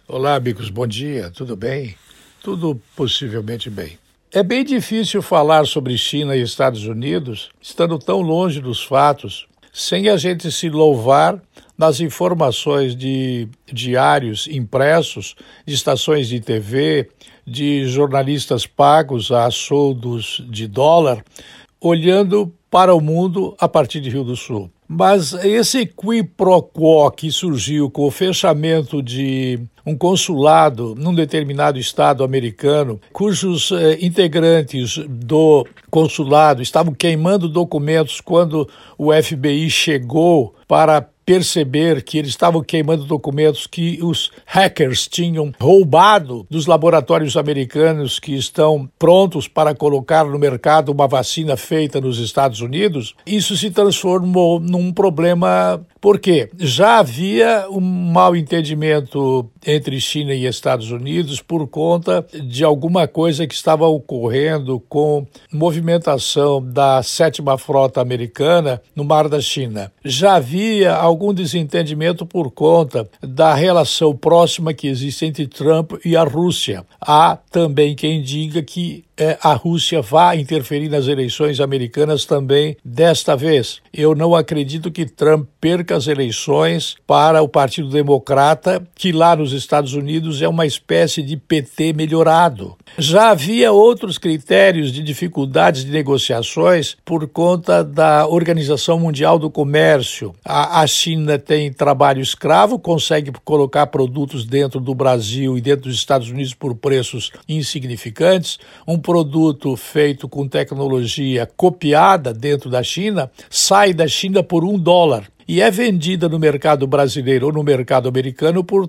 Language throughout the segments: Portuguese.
Olá, amigos, bom dia, tudo bem? Tudo possivelmente bem. É bem difícil falar sobre China e Estados Unidos, estando tão longe dos fatos, sem a gente se louvar nas informações de diários impressos, de estações de TV, de jornalistas pagos a soldos de dólar, olhando para o mundo a partir de Rio do Sul. Mas esse qui pro quo que surgiu com o fechamento de um consulado num determinado estado americano, cujos integrantes do consulado estavam queimando documentos quando o FBI chegou para perceber que eles estavam queimando documentos que os hackers tinham roubado dos laboratórios americanos que estão prontos para colocar no mercado uma vacina feita nos Estados Unidos, isso se transformou num problema. Por quê? Já havia um mal entendimento entre China e Estados Unidos por conta de alguma coisa que estava ocorrendo com movimentação da 7ª Frota Americana no Mar da China. Já havia algum desentendimento por conta da relação próxima que existe entre Trump e a Rússia. Há também quem diga que a Rússia vai interferir nas eleições americanas também desta vez. Eu não acredito que Trump perca as eleições para o Partido Democrata, que lá nos Estados Unidos é uma espécie de PT melhorado. Já havia outros critérios de dificuldades de negociações por conta da Organização Mundial do Comércio. A China tem trabalho escravo, consegue colocar produtos dentro do Brasil e dentro dos Estados Unidos por preços insignificantes. Um produto feito com tecnologia copiada dentro da China sai da China por $1 e é vendida no mercado brasileiro ou no mercado americano por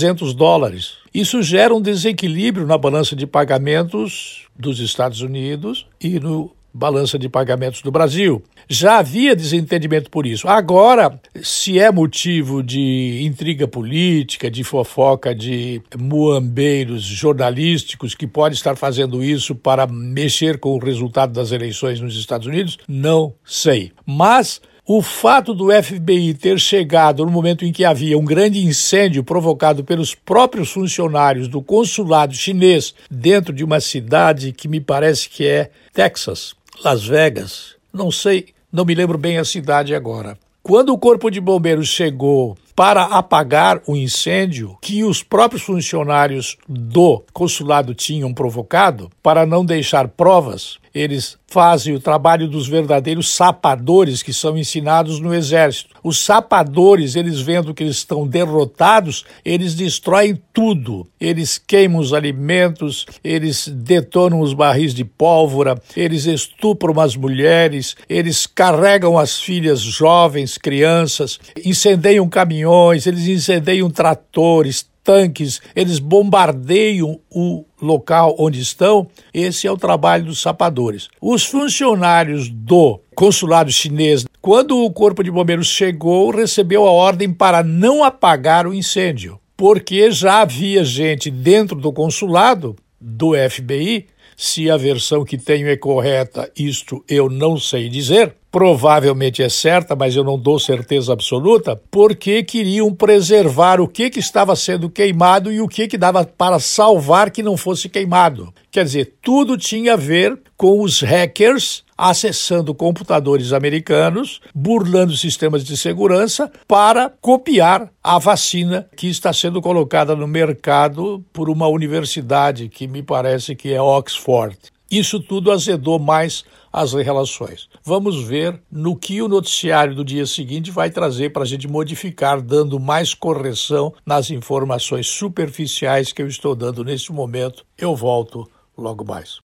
$300. Isso gera um desequilíbrio na balança de pagamentos dos Estados Unidos e no balança de pagamentos do Brasil. Já havia desentendimento por isso. Agora, se é motivo de intriga política, de fofoca de muambeiros jornalísticos que pode estar fazendo isso para mexer com o resultado das eleições nos Estados Unidos, não sei. Mas o fato do FBI ter chegado no momento em que havia um grande incêndio provocado pelos próprios funcionários do consulado chinês dentro de uma cidade que me parece que é Texas, Las Vegas, não sei, não me lembro bem a cidade agora. Quando o Corpo de Bombeiros chegou para apagar o incêndio que os próprios funcionários do consulado tinham provocado, para não deixar provas, eles fazem o trabalho dos verdadeiros sapadores que são ensinados no exército. Os sapadores, eles vendo que eles estão derrotados, eles destroem tudo. Eles queimam os alimentos, eles detonam os barris de pólvora, eles estupram as mulheres, eles carregam as filhas jovens, crianças, incendeiam caminhões, eles incendeiam tratores, tanques, eles bombardeiam o local onde estão. Esse é o trabalho dos sapadores. Os funcionários do consulado chinês, quando o Corpo de Bombeiros chegou, recebeu a ordem para não apagar o incêndio, porque já havia gente dentro do consulado do FBI. Se a versão que tenho é correta, isto eu não sei dizer. Provavelmente é certa, mas eu não dou certeza absoluta, porque queriam preservar o que estava sendo queimado e o que dava para salvar que não fosse queimado. Quer dizer, tudo tinha a ver com os hackers acessando computadores americanos, burlando sistemas de segurança para copiar a vacina que está sendo colocada no mercado por uma universidade que me parece que é Oxford. Isso tudo azedou mais as relações. Vamos ver no que o noticiário do dia seguinte vai trazer para a gente modificar, dando mais correção nas informações superficiais que eu estou dando neste momento. Eu volto logo mais.